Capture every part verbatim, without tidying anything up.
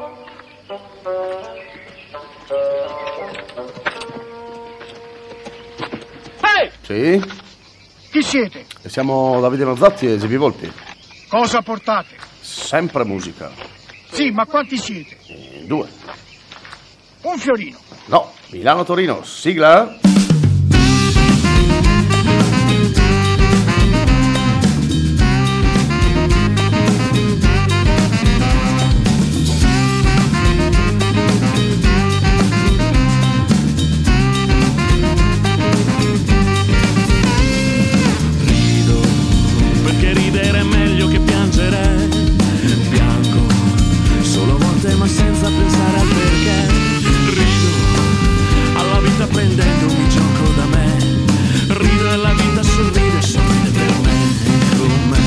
Ehi! Sì? Chi siete? Siamo Davide Mazzotti e G B Volpi. Cosa portate? Sempre musica. Sì, ma quanti siete? Eh, Due. Un fiorino. No, Milano-Torino, sigla? Ma senza pensare al perché rido alla vita prendendomi gioco da me, rido e la vita sorride, sorride per me, con me.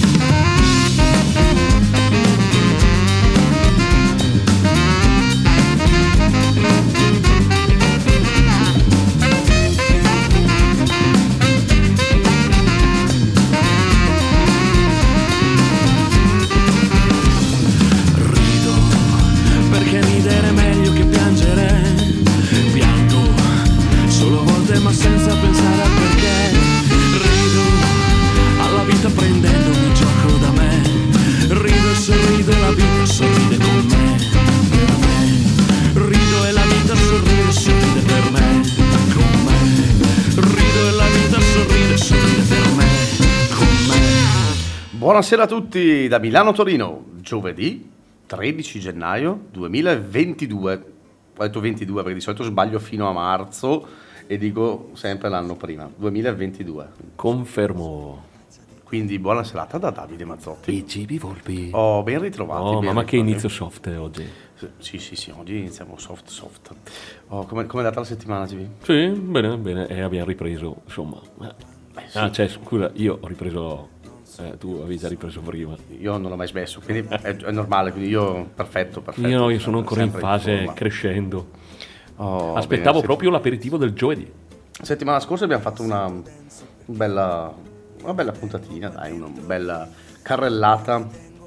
Ma senza pensare al perché rido alla vita prendendomi gioco da me, rido e sorrido, la vita sorride con me, per me, rido e la vita sorride, sorride per me, con me, rido e la vita sorride, sorride per me, con me. Buonasera a tutti da Milano-Torino, giovedì tredici gennaio duemilaventidue. Ho detto ventidue perché di solito sbaglio fino a marzo e dico sempre l'anno prima, duemilaventidue. Confermo. Quindi buona serata da Davide Mazzotti E G B Volpi. Oh, ben ritrovati. Oh, ben mamma ritrovati. che inizio soft oggi. Sì, sì, sì, oggi iniziamo soft, soft. Oh, come è andata la settimana, G B? Sì, bene, bene, e abbiamo ripreso, insomma. Beh, sì. Ah, cioè, scusa, io ho ripreso, eh, tu avevi già ripreso prima. Io non l'ho mai smesso, quindi è, è normale, quindi io, perfetto, perfetto. Io no, io sono ancora in sempre fase forma. crescendo. Oh, Aspettavo bene, proprio l'aperitivo del giovedì. Settimana scorsa abbiamo fatto una bella, una bella puntatina, dai, una bella carrellata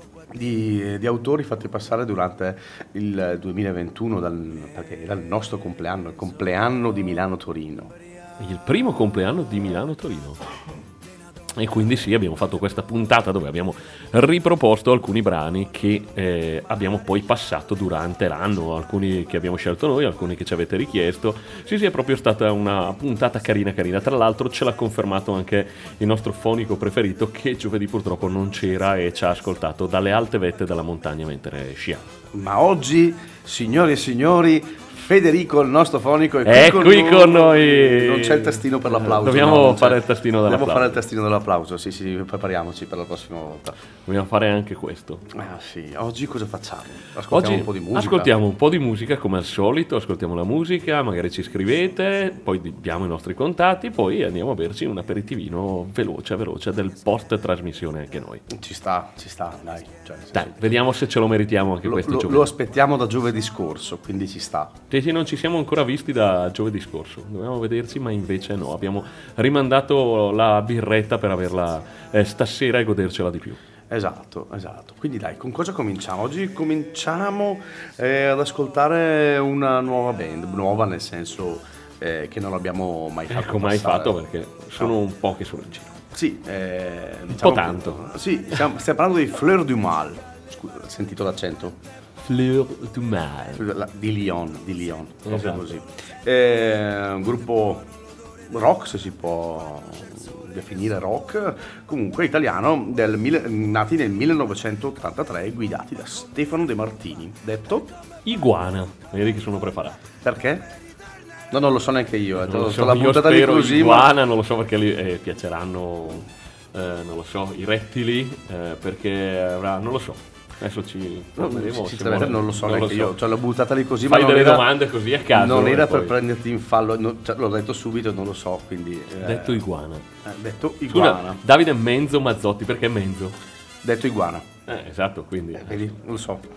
di, di autori fatti passare durante il duemilaventuno, dal, perché era il nostro compleanno, il compleanno di Milano-Torino. Il primo compleanno di Milano-Torino. E quindi sì, abbiamo fatto questa puntata dove abbiamo riproposto alcuni brani che eh, abbiamo poi passato durante l'anno, alcuni che abbiamo scelto noi, alcuni che ci avete richiesto. Sì, sì, è proprio stata una puntata carina carina. Tra l'altro ce l'ha confermato anche il nostro fonico preferito, che giovedì purtroppo non c'era e ci ha ascoltato dalle alte vette della montagna mentre sciava. Ma oggi, signori e signori, Federico, il nostro fonico, è qui, è qui con, con noi. Non c'è il testino per l'applauso. Dobbiamo no, fare il testino dell'applauso. Dobbiamo fare il testino dell'applauso, sì, sì, prepariamoci per la prossima volta. Dobbiamo fare anche questo. Ah sì, oggi cosa facciamo? Ascoltiamo Oggi un po' di musica. ascoltiamo un po' di musica come al solito, ascoltiamo la musica, magari ci scrivete, poi diamo i nostri contatti, poi andiamo a berci un aperitivino veloce, veloce del post trasmissione anche noi. Ci sta, ci sta, dai. Cioè, nel Dai, senso, vediamo se ce lo meritiamo anche lo, questo lo, giovedì. lo aspettiamo da giovedì scorso, quindi ci sta. Sì, sì, non ci siamo ancora visti da giovedì scorso, dovevamo vederci ma invece no, abbiamo rimandato la birretta per averla eh, stasera e godercela di più. Esatto, esatto. Quindi dai, con cosa cominciamo? Oggi cominciamo eh, ad ascoltare una nuova band, nuova nel senso eh, che non l'abbiamo mai fatto. Ecco, mai passare. fatto perché sono No. un po' che sono in giro. Sì, eh, Un diciamo po' tanto. che- sì, stiamo, stiamo parlando di Fleur du Mal. Scusa, hai sentito l'accento? Fleur du Mal. La- Di Lyon, di Lyon, proprio Esatto. così. È un gruppo rock, se si può definire rock, comunque italiano, del mille- nati nel millenovecentottantatré, guidati da Stefano De Martini. Detto? Iguana, vedi che sono preparato. Perché? No, non lo so neanche io, eh. te Non l'ho lo te so, l'ho io buttata lì spero così, iguana, non lo so perché li eh, piaceranno, eh, non lo so, i rettili, eh, perché avrà, non lo so. Adesso ci ma... torneremo. No, sinceramente non lo so non neanche lo so. io, cioè l'ho buttata lì così, Fai ma non delle era, domande così a caso. non era e per poi- prenderti in fallo, no, cioè, l'ho detto subito, non lo so, quindi... eh, Detto iguana. eh, detto Scusa, iguana. Davide Menzo Mazzotti, perché Menzo? Detto iguana. Eh, esatto, quindi. Eh, vedi, non lo so.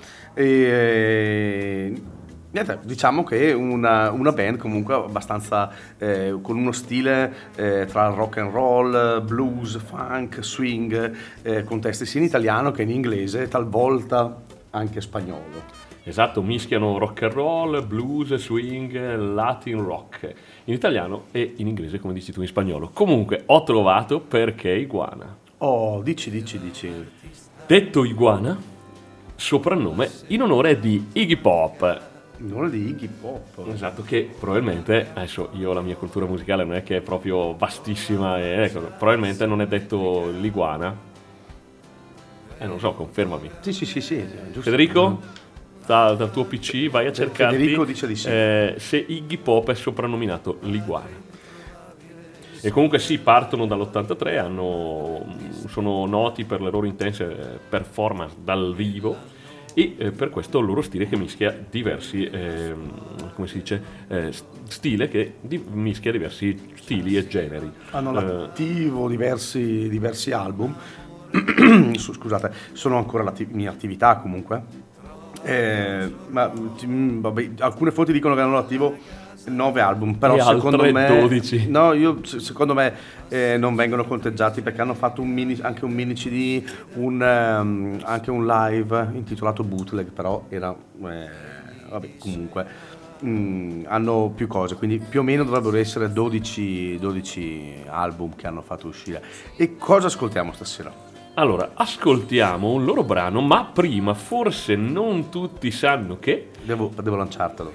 E, niente, diciamo che è una, una band comunque abbastanza eh, con uno stile eh, tra rock and roll, blues, funk, swing, eh, con testi sia in italiano che in inglese, talvolta anche spagnolo. Esatto, mischiano rock and roll, blues, swing, latin rock, in italiano e in inglese, come dici tu, in spagnolo. Comunque, ho trovato Perché Iguana. Oh, dici, dici, dici. Detto Iguana, soprannome in onore di Iggy Pop. In onore di Iggy Pop. Esatto, che probabilmente, adesso io la mia cultura musicale non è che è proprio vastissima, e ecco, probabilmente non è detto l'iguana. Eh, non so, confermami. Sì, sì, sì, sì, giusto. Federico? Da, dal tuo P C vai a cercarti Federico dice di sì. eh, se Iggy Pop è soprannominato l'iguana. E comunque sì, partono dall'ottantatré, hanno, sono noti per le loro intense performance dal vivo e eh, per questo il loro stile che mischia diversi eh, come si dice eh, stile che di, mischia diversi stili e generi. Hanno Eh, all'attivo diversi, diversi album. Scusate, sono ancora l'atti- in attività comunque. Eh, ma mm, vabbè, alcune fonti dicono che hanno attivo nove album, però E secondo altre me dodici. no, io se- secondo me eh, non vengono conteggiati perché hanno fatto un mini, anche un mini C D, un, ehm, anche un live intitolato Bootleg, però era eh, vabbè, comunque mm, hanno più cose, quindi più o meno dovrebbero essere dodici, dodici album che hanno fatto uscire. E cosa ascoltiamo stasera? Allora, ascoltiamo un loro brano, ma prima forse non tutti sanno che... Devo, devo lanciartelo.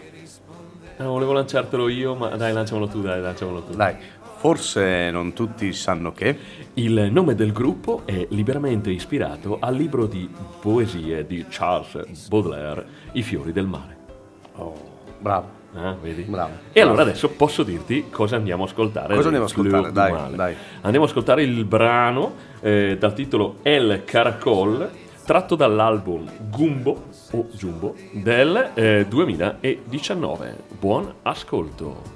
Ah, volevo lanciartelo io, ma dai, lanciamolo tu, dai, lanciamolo tu. Dai, forse non tutti sanno che Il nome del gruppo è liberamente ispirato al libro di poesie di Charles Baudelaire, I fiori del mare. oh, bravo. Ah, vedi? Bravo. E allora adesso posso dirti cosa andiamo a ascoltare. Cosa andiamo a ascoltare? Fleur du Dai, Mal. dai. Andiamo a ascoltare il brano eh, dal titolo El Caracol, tratto dall'album Gumbo o Jumbo del eh, duemiladiciannove. Buon ascolto.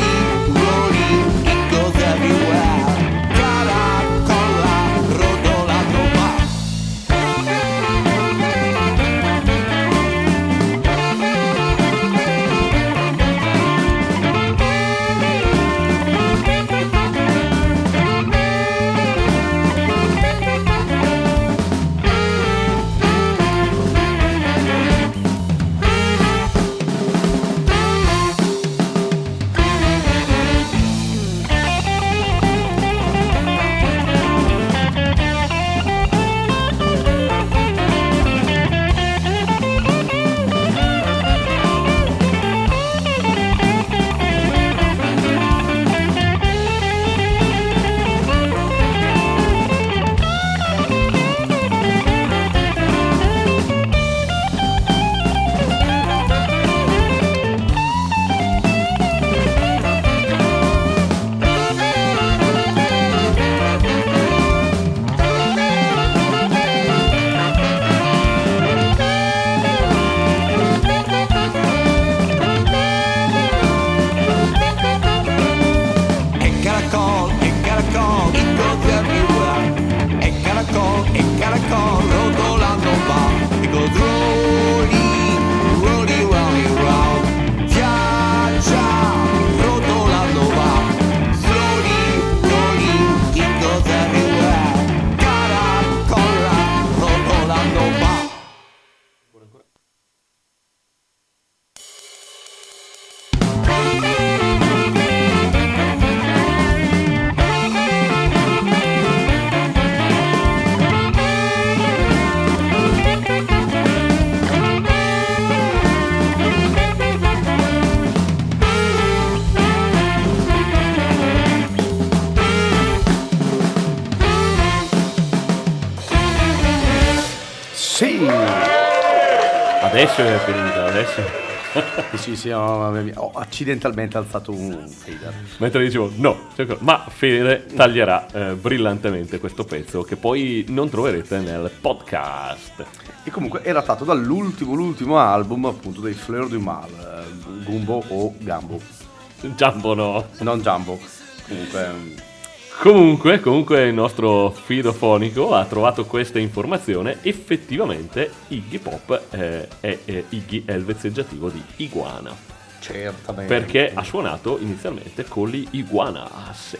Everywhere, caracola, rotola Adesso è finita, adesso. Sì, sì, ho, ho accidentalmente alzato un fader. Mentre dicevo no, ma Fede taglierà eh, brillantemente questo pezzo che poi non troverete nel podcast. E comunque era tratto dall'ultimo, l'ultimo album appunto dei Fleur du Mal, eh, Gumbo o Gambo. Jumbo no. Non Jumbo. Comunque... Comunque, comunque il nostro fidofonico ha trovato questa informazione. Effettivamente Iggy Pop eh, è, è Iggy è il vezzeggiativo di Iguana. Certamente. Perché ha suonato inizialmente con gli Iguanas.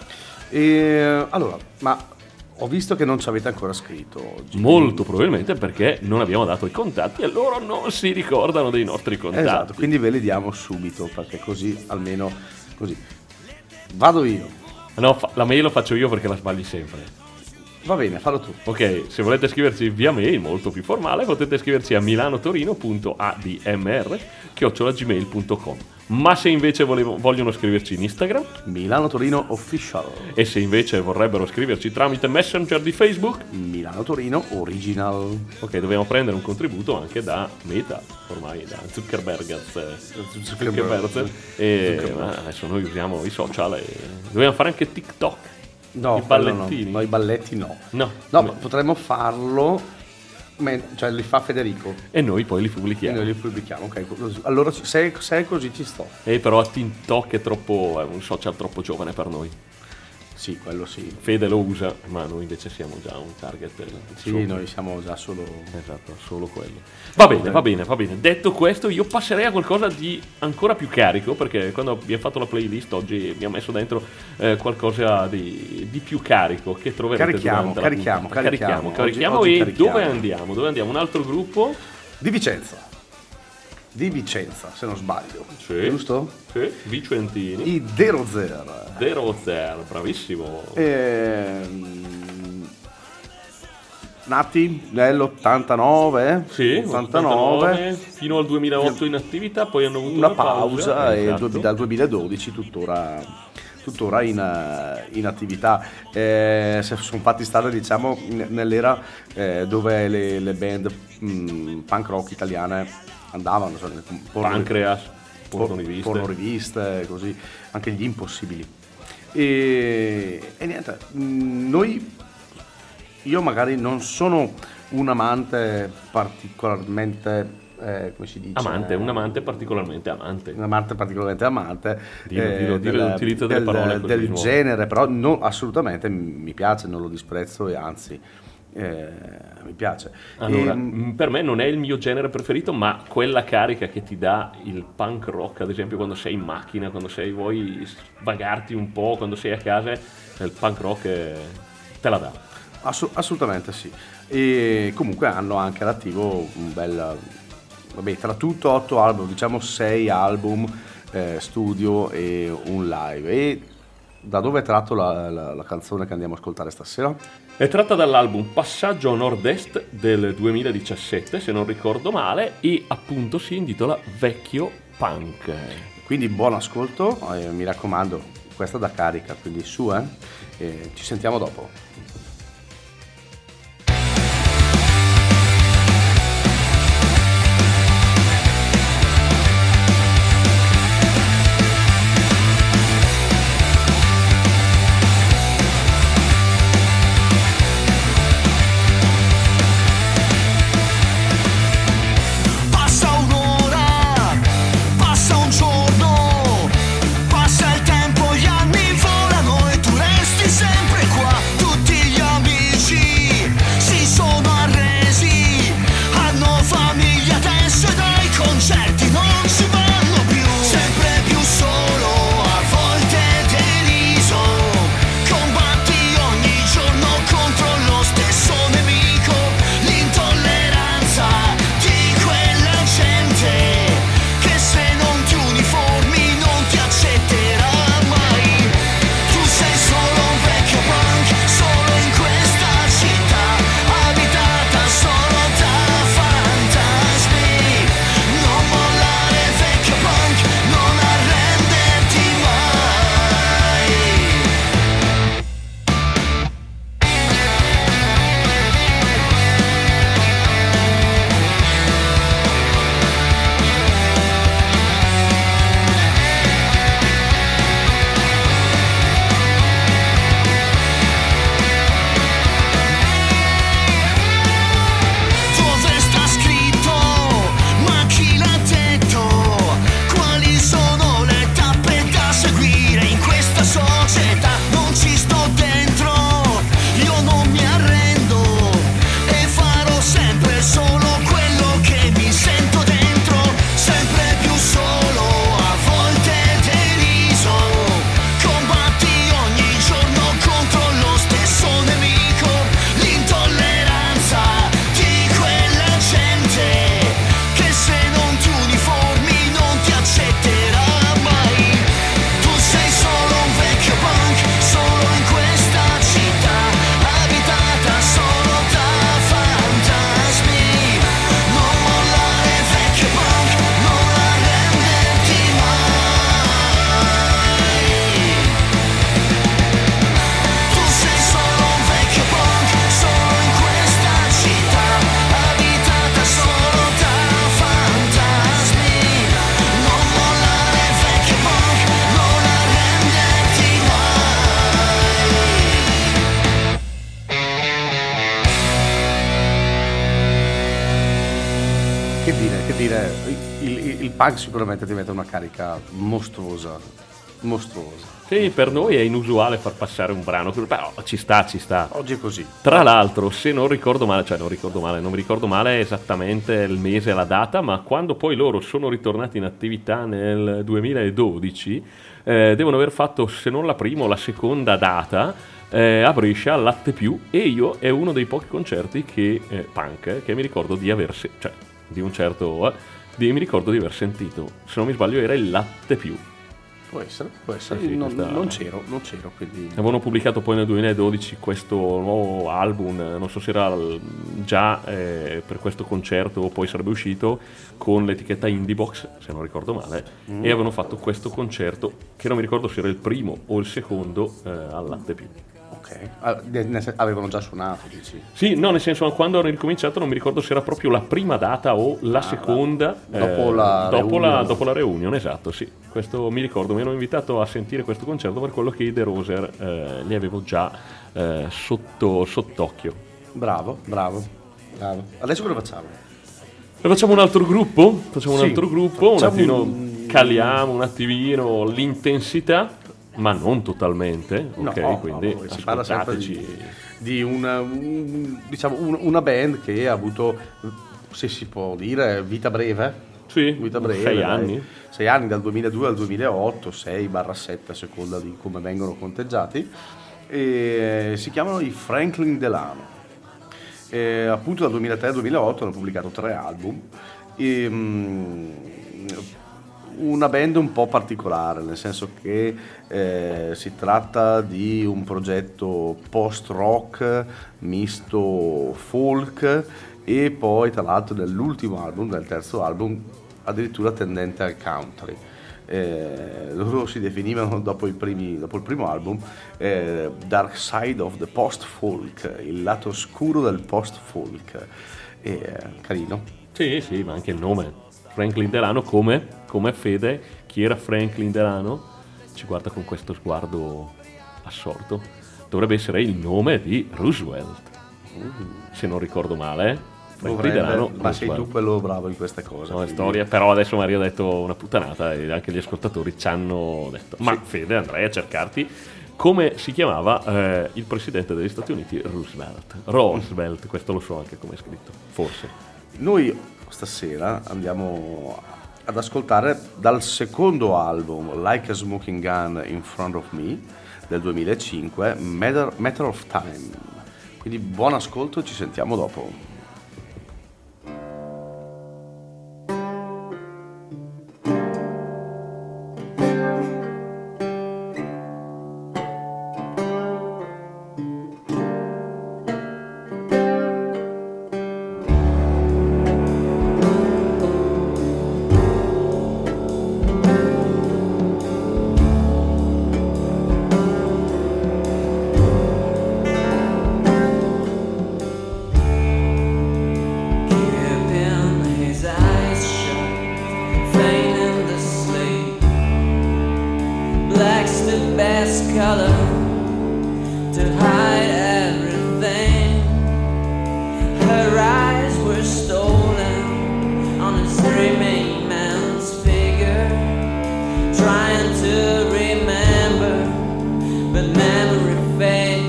E allora, ma ho visto che non ci avete ancora scritto oggi. Molto probabilmente perché non abbiamo dato i contatti e loro non si ricordano dei nostri contatti. Esatto, quindi ve li diamo subito, perché così almeno così. Vado io. No, fa- la mail lo faccio io perché la sbagli sempre. Va bene, fallo tu. Ok, se volete scriverci via mail, molto più formale, potete scriverci a milanotorino punto a d m r chiocciola gmail punto com. Ma se invece volevo, vogliono scriverci in Instagram, Milano Torino Official. e se invece vorrebbero scriverci tramite Messenger di Facebook, Milano Torino Original. ok, dobbiamo prendere un contributo anche da Meta, ormai da Zuckerberg. Zuckerberg. E Zuckerberg. adesso noi usiamo i social e dobbiamo fare anche TikTok. No, I quello ballettini. No. no, i balletti no. No, No, no. ma potremmo farlo, me- cioè li fa Federico. E noi poi li E pubblichiamo. noi li pubblichiamo, ok. così- Allora, se, se è così ci sto. E però TikTok è troppo, è un social troppo giovane per noi. Sì, quello sì. Fede lo usa, ma noi invece siamo già un target. Sì, sopra. noi siamo già solo... Esatto, solo quello. Va bene, va bene, va bene. Detto questo, io passerei a qualcosa di ancora più carico, perché quando abbiamo fatto la playlist oggi mi ha messo dentro eh, qualcosa di, di più carico che troverete Carichiamo, durante carichiamo, la puntata. carichiamo. carichiamo, carichiamo Oggi- oggi e carichiamo. dove andiamo? Dove andiamo? Un altro gruppo? Di Vicenza. Di Vicenza, se non sbaglio. Sì. Giusto? Sì, Vicentini. I Derozer. De Rozer, bravissimo. Ehm, nati nell'ottantanove. Sì, ottantanove. ottantanove, fino al duemilaotto in attività, poi hanno avuto Una una, pausa e esatto. du- dal duemiladodici tuttora, tuttora in, eh, in attività. Eh, se sono fatti stare, diciamo, n- nell'era eh, dove le, le band mh, punk rock italiane andavano, cioè, porno- Pancreas, por- pornoriviste. pornoriviste, così, anche gli impossibili. E, e niente, mh, noi, io magari non sono un amante particolarmente, eh, come si dice? Amante, un amante particolarmente amante. Un amante particolarmente amante Dillo, dillo, dillo, del, utilizza delle del- parole così del di nuovo. genere, però no, assolutamente mi piace, non lo disprezzo e anzi eh, mi piace. Allora, Ehm, mh, per me non è il mio genere preferito, ma quella carica che ti dà il punk rock, ad esempio quando sei in macchina, quando sei vuoi svagarti un po', quando sei a casa, il punk rock eh, te la dà. Assu- assolutamente sì. E comunque hanno anche all'attivo un bel, vabbè, tra tutto otto album, diciamo sei album eh, studio e un live. E da dove è tratto la, la- la canzone che andiamo a ascoltare stasera? È tratta dall'album Passaggio a Nord-Est del duemiladiciassette, se non ricordo male, e appunto si intitola Vecchio Punk. Quindi buon ascolto, eh, mi raccomando, questa da carica, quindi su, eh? E ci sentiamo dopo. Passa un'ora, passa un giorno, passa il tempo, gli anni volano e tu resti sempre qua, tutto che dire, il, il, il punk sicuramente diventa una carica mostruosa, mostruosa. Sì, per noi è inusuale far passare un brano, però ci sta, ci sta. Oggi è così. Tra l'altro, se non ricordo male, cioè non ricordo male, non mi ricordo male esattamente il mese e la data, ma quando poi loro sono ritornati in attività nel duemiladodici, eh, devono aver fatto, se non la prima o la seconda data, eh, a Brescia al Latte Più, e io è uno dei pochi concerti che, eh, punk, eh, che mi ricordo di aver, se- cioè di un certo, eh, di, mi ricordo di aver sentito, se non mi sbaglio era il Latte Più. Può essere, può essere. Sì, sì, non, questa- non c'ero, non c'ero, quindi... Avevano pubblicato poi nel duemiladodici questo nuovo album, eh, non so se era l- già eh, per questo concerto o poi sarebbe uscito, con l'etichetta Indiebox, se non ricordo male, Mm. e avevano fatto questo concerto, che non mi ricordo se era il primo o il secondo, eh, al Latte Più. Ok. Ah, nel sen- avevano già suonato, dici? Sì, no, nel senso, quando hanno ricominciato non mi ricordo se era proprio la prima data o la seconda, Ah, dopo la dopo, la, reunion. dopo la reunion, esatto, sì. Questo mi ricordo, mi hanno invitato a sentire questo concerto per quello che i The Roser eh, li avevo già eh, sotto, sott'occhio. Bravo, bravo, bravo. Adesso cosa facciamo? E facciamo un altro gruppo? Facciamo un Sì, altro gruppo, un facciamo attimino un- caliamo un attimino l'intensità, ma non totalmente, ok? No, Quindi no, si parla sempre ascoltateci. di, di una, un- diciamo, un- una band che ha avuto, se si può dire, vita breve. Sì, Vita breve, sei dai. anni. sei anni, dal duemiladue al duemilaotto, sei sette a seconda di come vengono conteggiati, e si chiamano i Franklin Delano. E appunto dal duemilatré al duemilaotto hanno pubblicato tre album, e, mm, una band un po' particolare, nel senso che eh, si tratta di un progetto post-rock misto folk, e poi tra l'altro nell'ultimo album, nel terzo album, addirittura tendente al country. Eh, loro si definivano dopo, i primi, dopo il primo album eh, Dark Side of the Post-Folk, il lato oscuro del post-folk. E, eh, carino. Sì, sì, ma anche il nome. Franklin Delano, come, come Fede, chi era Franklin Delano? Ci guarda con questo sguardo assorto. Dovrebbe essere il nome di Roosevelt, se non ricordo male. eh. Franklin Dovrebbe, Delano, ma sei Roosevelt. tu quello bravo in queste cose. No, è quindi- storia, però adesso Mario ha detto una puttanata e anche gli ascoltatori ci hanno detto: ma Fede, andrai a cercarti come si chiamava eh, il presidente degli Stati Uniti, Roosevelt. Roosevelt, questo lo so anche come è scritto, forse. Noi stasera andiamo ad ascoltare dal secondo album, Like a Smoking Gun in Front of Me, del duemilacinque, Matter, Matter of Time. Quindi buon ascolto, ci sentiamo dopo. Keeping his eyes shut, feigning the sleep. Black's the best color to hide everything. Her eyes were stolen on a streaming man's figure, trying to remember, but memory fades.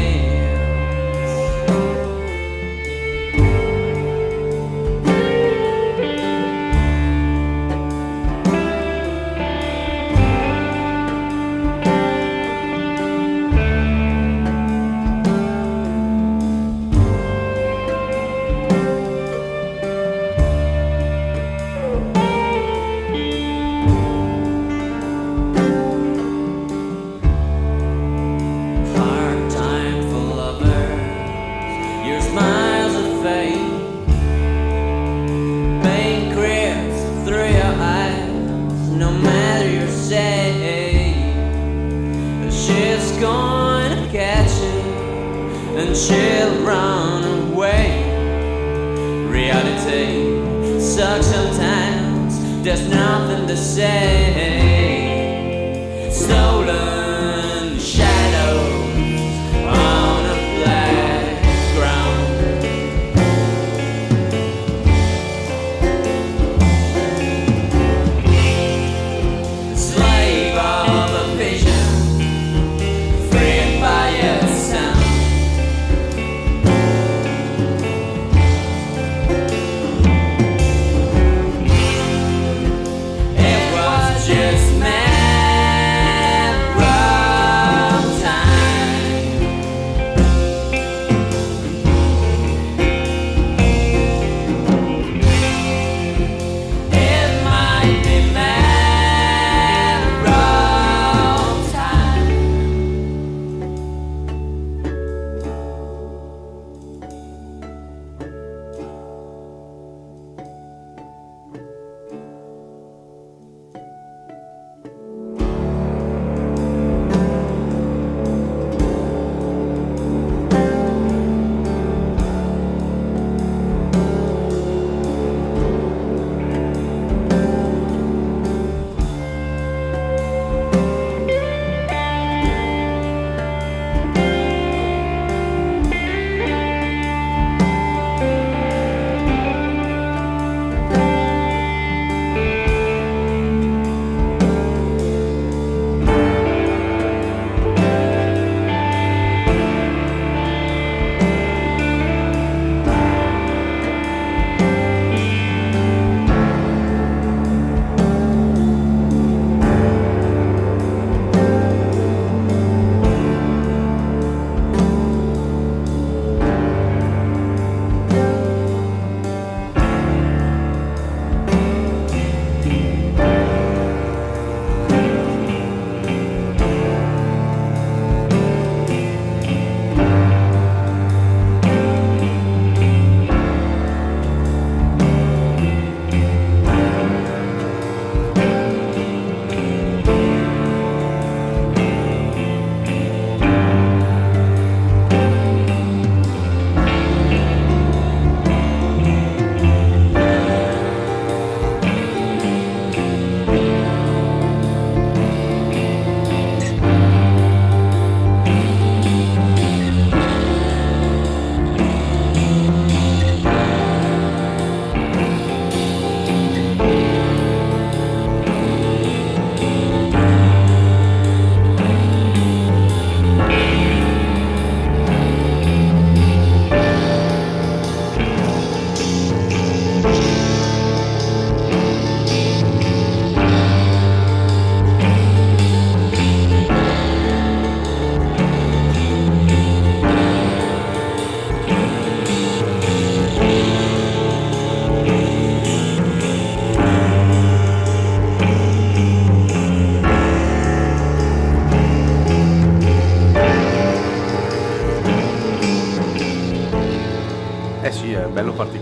Hard time for lovers, your smiles are fake. Pain creeps through your eyes, no matter your shade. But she's gonna catch you, and she'll run away. Reality sucks sometimes, there's nothing to say. Stolen shadows on a black ground.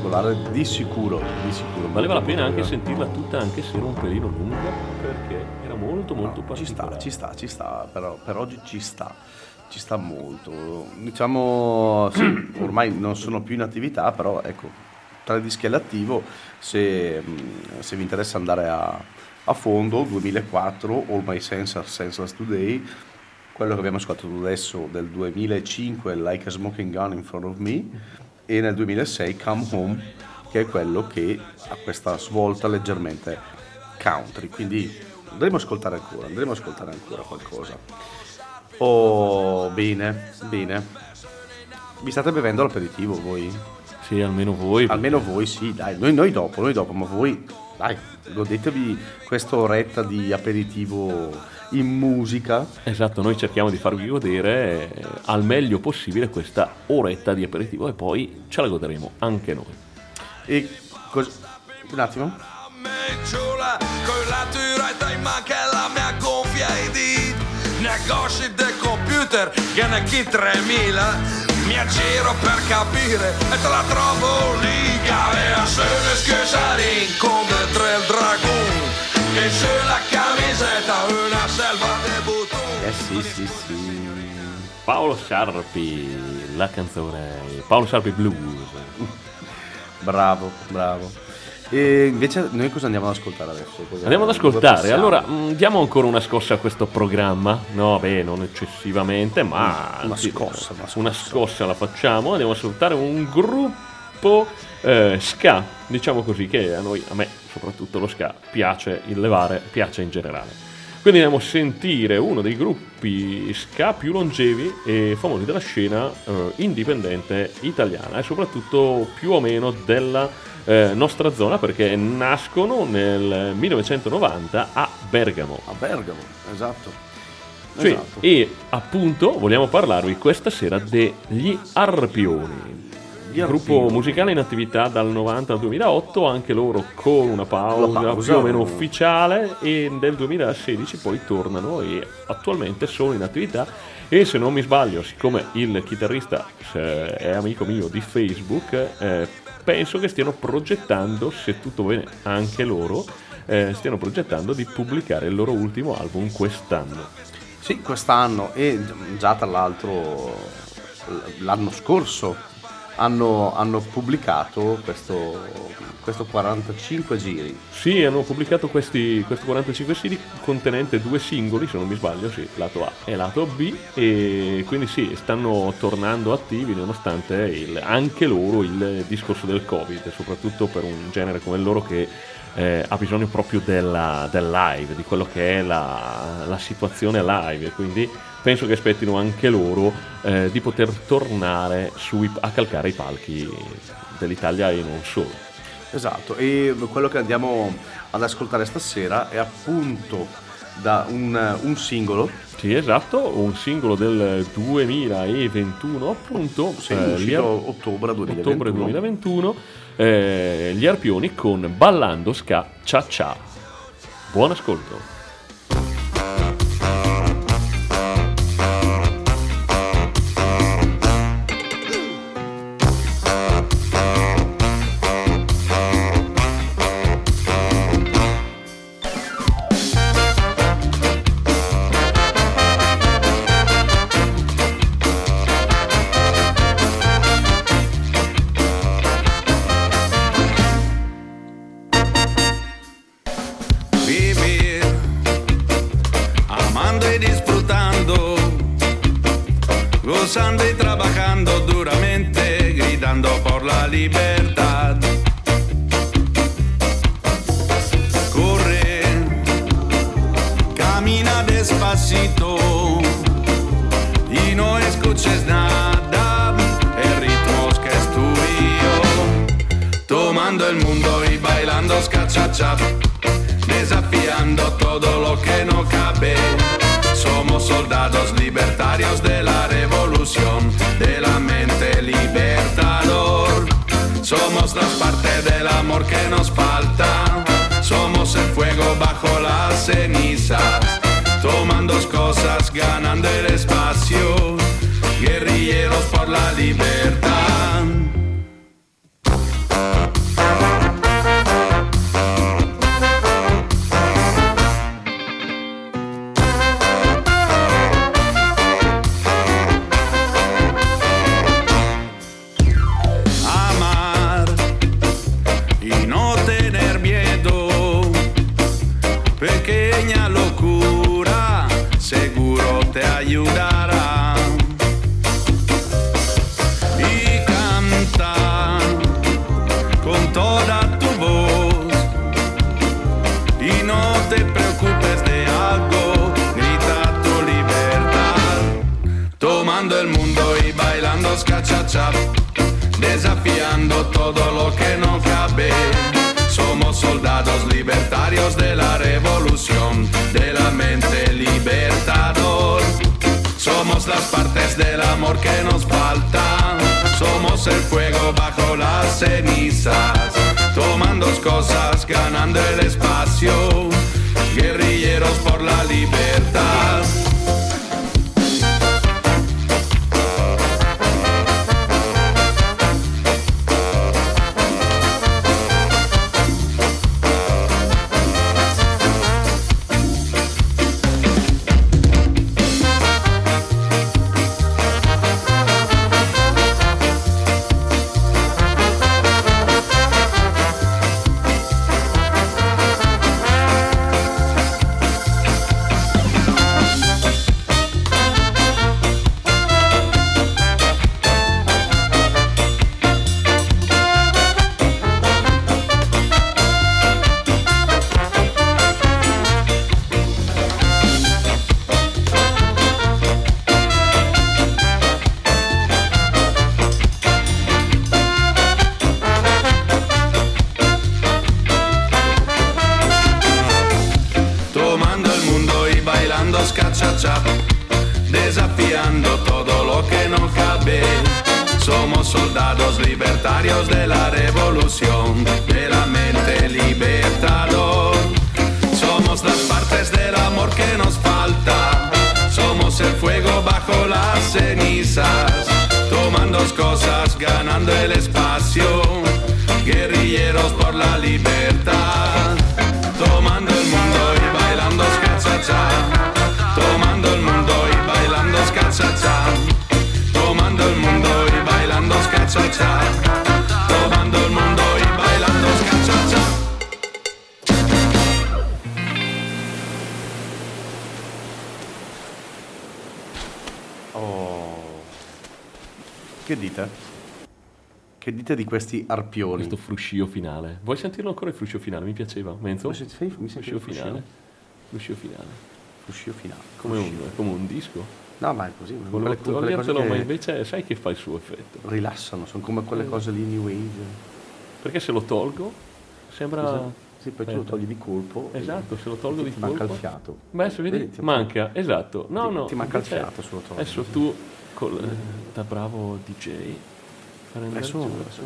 particolare, di sicuro, di sicuro. Valeva la pena anche particolare. sentirla tutta, anche se era un pelino lunga, perché era molto molto No, ci sta, particolare. ci sta, ci sta, però per oggi ci sta, ci sta molto. Diciamo, sì, ormai non sono più in attività, però ecco, tra i dischi all'attivo, se, se vi interessa andare a, a fondo, duemilaquattro, All My Senses Senseless Today, quello che abbiamo ascoltato adesso del duemilacinque, Like a Smoking Gun in Front of Me, e nel duemilasei Come Home, che è quello che ha questa svolta leggermente country, quindi andremo a ascoltare ancora, andremo a ascoltare ancora qualcosa. Oh, bene, bene. Vi state bevendo l'aperitivo voi? Sì, almeno voi. Almeno voi sì, dai, noi, noi dopo, noi dopo, ma voi, dai, godetevi questa oretta di aperitivo in musica. Esatto, noi cerchiamo di farvi godere eh, al meglio possibile questa oretta di aperitivo e poi ce la goderemo anche noi. E cos- un attimo. Mecciola con la tirata in manca la mia gonfia ed i negozi del computer che ne chi tremila mi aggiro per capire e te la trovo lì che a solo scusare incontro il dragon e sulla camisetta una selva di bottoni. Eh sì, sì, sì. Paolo Sciarpi, la canzone Paolo Sciarpi Blues. Bravo, bravo. E invece noi cosa andiamo ad ascoltare adesso? Cosa- Andiamo ad dove ascoltare, passiamo? allora mh, diamo ancora una scossa a questo programma. No, beh, non eccessivamente, ma Una anzi, scossa, una una scossa la facciamo. Andiamo ad ascoltare un gruppo eh, ska, diciamo così, che a noi, a me soprattutto lo ska piace, il levare piace in generale. Quindi andiamo a sentire uno dei gruppi ska più longevi e famosi della scena eh, indipendente italiana e soprattutto più o meno della eh, nostra zona, perché nascono nel millenovecentonovanta a Bergamo. A Bergamo, esatto. Sì, Esatto. e appunto vogliamo parlarvi questa sera degli Arpioni. Gli Gruppo Arpioni. musicale in attività dal novanta al duemilaotto, anche loro con una pausa, La pausa, più o meno no? ufficiale, e nel duemilasedici poi tornano e attualmente sono in attività. E se non mi sbaglio, siccome il chitarrista eh, è amico mio di Facebook, eh, penso che stiano progettando, se tutto bene anche loro, eh, stiano progettando di pubblicare il loro ultimo album quest'anno. Sì, quest'anno e già tra l'altro l'anno scorso hanno, hanno pubblicato questo, questo quarantacinque giri. Sì, hanno pubblicato questi, questo quarantacinque C D contenente due singoli, se non mi sbaglio, sì, lato A e lato B, e quindi sì, stanno tornando attivi nonostante il, anche loro il discorso del Covid, soprattutto per un genere come il loro che eh, ha bisogno proprio della, del live, di quello che è la, la situazione live, e quindi penso che aspettino anche loro eh, di poter tornare sui, a calcare i palchi dell'Italia e non solo. Esatto, e quello che andiamo ad ascoltare stasera è appunto da un, un singolo. Sì, esatto, un singolo del duemilaventuno, appunto, Sì, eh, uscito gli Ar- ottobre duemilaventuno. ottobre duemilaventuno, eh, gli Arpioni con Ballando Ska Cia Cia. Buon ascolto. Vivir amando y disfrutando, gozando y trabajando duramente, gritando por la libertad. Corre, camina despacito y no escuches nada, el ritmo que es tuyo, tomando el mundo y bailando ska-cha-cha. Desafiando todo lo que no cabe. Somos soldados libertarios de la revolución, de la mente libertador. Somos la parte del amor que nos falta. Somos el fuego bajo las cenizas, tomando cosas, ganando el espacio. Guerrilleros por la libertad. te ayudará. Y canta con toda tu voz y no te preocupes de algo, grita tu libertad. Tomando el mundo y bailando ska-cha-cha, desafiando todo lo que no cabe. Somos soldados libertarios de la revolución, de la mente libertador. Somos las partes del amor que nos faltan. Somos el fuego bajo las cenizas, tomando cosas, ganando el espacio. Guerrilleros por la libertad. Desafiando todo lo que no cabe. Somos soldados libertarios de la revolución, de la mente libertador. Somos las partes del amor que nos falta. Somos el fuego bajo las cenizas, tomando cosas, ganando el espacio. Guerrilleros por la libertad. Tomando el mundo y bailando ska-cha-cha. Tomando el mundo y bailando ska-cha-cha. Tomando el mundo y bailando ska-cha-cha. Tomando el mundo y bailando ska-cha-cha. Oh. Che dite? Che dite di questi arpioni? Questo fruscio finale. Vuoi sentirlo ancora il fruscio finale? Mi piaceva. Menzo? Mi senti- mi senti fruscio il fruscio? finale. Fruscio finale. Fruscio finale. Come un, Fruscio. come un disco. No, ma è così. sono Volevo quelle- quelle cose togliertelo, ma che invece sai che fa il suo effetto. rilassano, sono come quelle cose lì New Age. Perché se lo tolgo sembra... Esatto. Sì, poi tu lo Aspetta. togli di colpo. e Esatto, se lo tolgo ti di manca colpo. il fiato. Beh, se vedi, Vedi, ti- manca, esatto. No, ti- no. ti manca il invece fiato se lo tolgo. Adesso tu, col, eh, da bravo D J, fai andare Adesso- giù. adesso-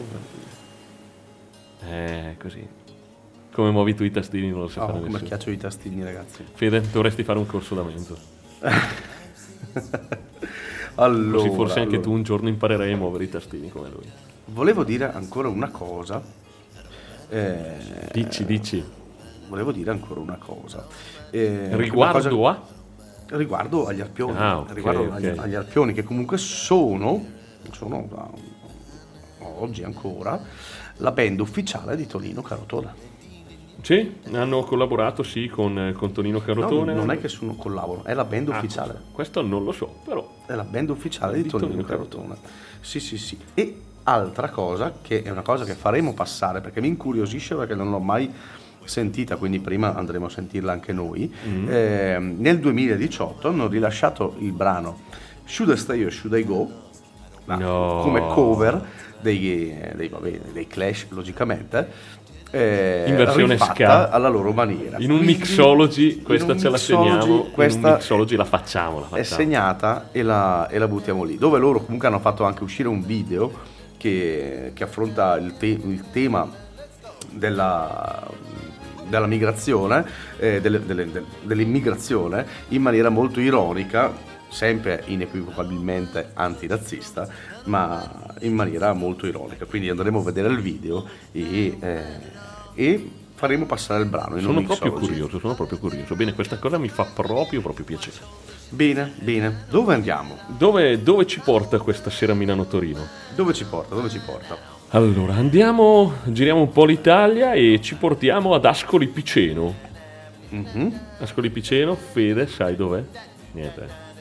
Eh, così. Come muovi tu i tastini non lo sa Oh, fare come nessuno. schiaccio i tastini, ragazzi. Fede, dovresti fare un corso da mento. Allora, Così forse anche allora. tu un giorno imparerai a muovere i tastini come lui. Volevo dire ancora una cosa. Eh, Dici, dici. Volevo dire ancora una cosa. Eh, Riguardo una a... cosa- riguardo agli arpioni. Ah, ok, riguardo ok. Agli, agli arpioni che comunque sono, sono da oggi ancora, la band ufficiale di Tonino Carotone. Sì, hanno collaborato sì con, con Tonino No, Carotone. non è che sono collaboro, è la band Ah, ufficiale. questo non lo so, però. È la band ufficiale di, Di Tonino, Tonino Carotone. Sì, sì, sì. E altra cosa, che è una cosa che faremo passare, perché mi incuriosisce perché non l'ho mai sentita, quindi prima andremo a sentirla anche noi. Mm. Eh, nel duemiladiciotto hanno rilasciato il brano Should I Stay or Should I Go? Ma No. come cover dei, dei, vabbè, dei Clash, logicamente. Eh, In versione rifatta ska. alla loro maniera. In un Quindi, mixology, in questa un ce la mixology, segniamo. In un questa mixology la facciamo, la è facciamo. segnata e la, e la buttiamo lì, dove loro comunque hanno fatto anche uscire un video che, che affronta il, te- il tema della, della migrazione, eh, delle- delle- de- dell'immigrazione in maniera molto ironica, sempre inequivocabilmente antirazzista, ma in maniera molto ironica. Quindi andremo a vedere il video e, eh, e faremo passare il brano in Sono un proprio mixology. curioso, sono proprio curioso. Bene, questa cosa mi fa proprio, proprio piacere. Bene, bene. Dove andiamo? Dove, dove ci porta questa sera Milano-Torino? Dove ci porta? Dove ci porta? Allora, andiamo, giriamo un po' l'Italia e ci portiamo ad Ascoli Piceno. Mhm. Ascoli Piceno, Fede, sai dov'è? Niente.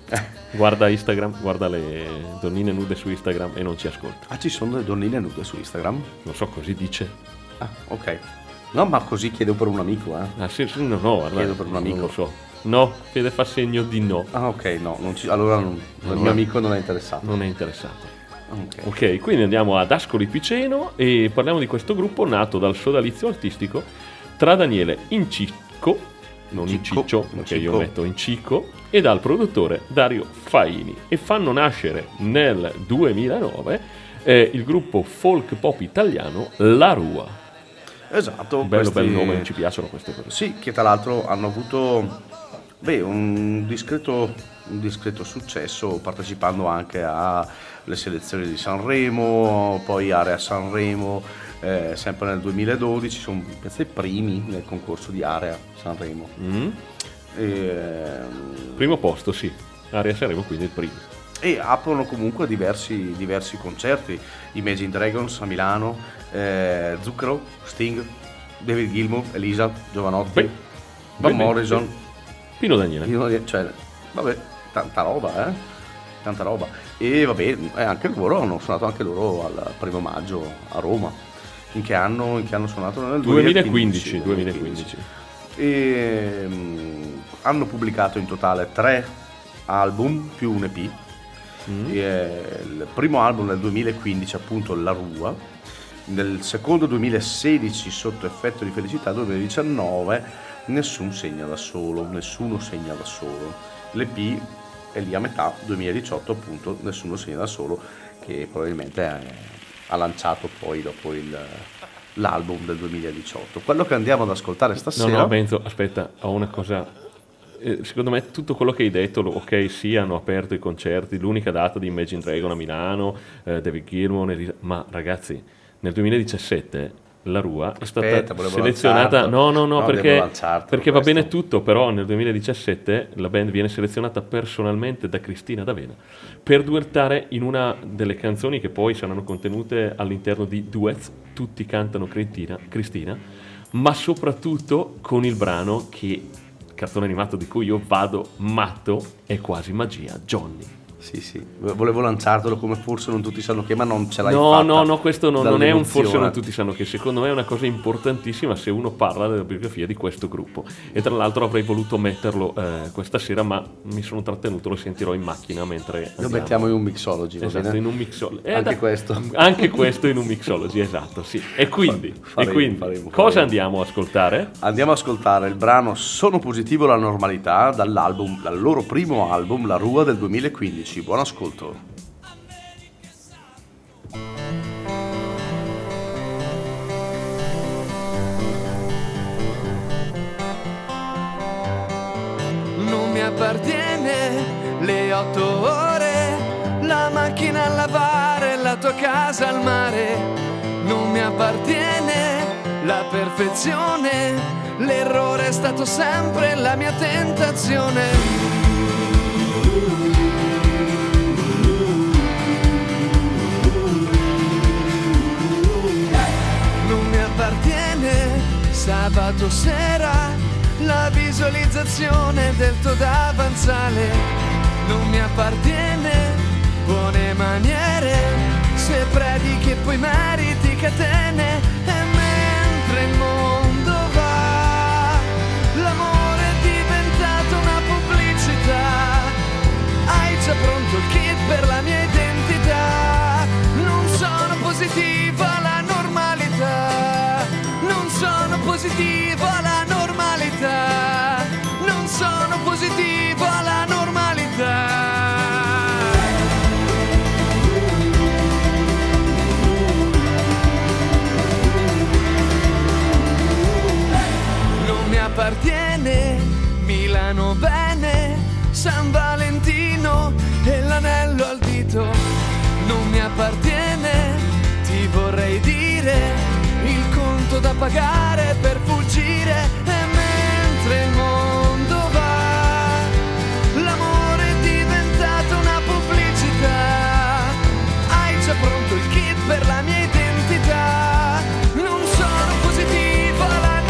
Guarda Instagram, guarda le donnine nude su Instagram e non ci ascolta. Ah, ci sono delle donnine nude su Instagram? Non so, così dice. Ah, ok. No, ma così chiedo per un amico, eh. Ah sì, sì, no, no, guarda, Chiedo per un amico. non lo so. No, Fede fa segno di no. Ah, ok, no, non ci... allora non... il mio amico non è interessato. Non è interessato. Ok. Ok, quindi andiamo ad Ascoli Piceno e parliamo di questo gruppo nato dal sodalizio artistico tra Daniele Incicco, non Incicco, Inciccio, perché io Incicco. metto Incicco, e dal produttore Dario Faini, e fanno nascere nel duemilanove eh, il gruppo folk pop italiano La Rua. Esatto. Bello questi- bel nome, ci piacciono queste cose. Sì, che tra l'altro hanno avuto beh, un, discreto, un discreto successo partecipando anche alle selezioni di Sanremo, poi Area Sanremo, eh, sempre nel duemiladodici, sono penso i primi nel concorso di Area Sanremo. Mm? E, Primo posto, sì. Area Sanremo, quindi il primo. e aprono comunque diversi, diversi concerti, Imagine Dragons a Milano, eh, Zucchero, Sting, David Gilmour, Elisa, Giovanotti, Beh, Van bene, Morrison. Pino Daniele. Io- cioè, vabbè, tanta roba, eh? Tanta roba. E vabbè, e anche loro hanno suonato anche loro al primo maggio a Roma. In che anno, in che anno suonato? Nel duemilaquindici, duemilaquindici. E mm, hanno pubblicato in totale tre album più un E P. Mm. E, eh, il primo album nel duemilaquindici, appunto, La Rua. Nel secondo duemilasedici, Sotto effetto di felicità. Duemiladiciannove, Nessun segna da solo, Nessuno segna da solo. L'E P è lì a metà, duemiladiciotto, appunto, Nessuno segna da solo, che probabilmente è- ha lanciato poi dopo il, l'album del duemiladiciotto. Quello che andiamo ad ascoltare No, stasera... no, Benzo, aspetta, ho una cosa. Eh, secondo me tutto quello che hai detto, lo- ok, sì, hanno aperto i concerti, l'unica data di Imagine Dragon a Milano, eh, David Gilmour, Elisa- ma ragazzi, nel duemiladiciassette La Rua è stata Aspetta, volevo selezionata. lanciarlo. No, no, no, No, perché, devo lanciartelo perché va questo. bene tutto, però nel duemiladiciassette la band viene selezionata personalmente da Cristina D'Avena per duettare in una delle canzoni che poi saranno contenute all'interno di Duets, tutti cantano Cristina, Cristina, ma soprattutto con il brano che, cartone animato di cui io vado matto, è quasi magia, Johnny. Sì, sì, volevo lanciartelo come forse non tutti sanno che, ma non ce l'hai No, fatta. no, no, questo non, non è un forse dall'emozione. non tutti sanno che, secondo me è una cosa importantissima se uno parla della biografia di questo gruppo. E tra l'altro avrei voluto metterlo eh, questa sera, ma mi sono trattenuto, lo sentirò in macchina mentre Lo andiamo. mettiamo in un mixology, va Esatto, bene? in un mixology. Anche questo. Anche questo in un mixology, esatto, sì. E quindi, Faremo, e quindi faremo, cosa faremo. andiamo a ascoltare? Andiamo ad ascoltare il brano Sono positivo alla normalità dall'album, dal loro primo album, La Rua del duemilaquindici. Buon ascolto. Non mi appartiene le otto ore, la macchina a lavare, la tua casa al mare. Non mi appartiene la perfezione, l'errore è stato sempre la mia tentazione. Non mi appartiene sabato sera la visualizzazione del tuo davanzale. Non mi appartiene buone maniere, se predichi e poi meriti catene. E mentre il mondo va, l'amore è diventato una pubblicità. Hai già pronto il kit per la mia identità. Non sono positivo alla normalità, non sono positivo alla normalità, non sono positivo alla normalità. Non mi appartiene Milano bene, San Valentino e l'anello al dito. Non mi appartiene, ti vorrei dire, il conto da pagare per fuggire. E mentre il mondo va, l'amore è diventato una pubblicità. Hai già pronto il kit per la mia identità. Non sono positivo alla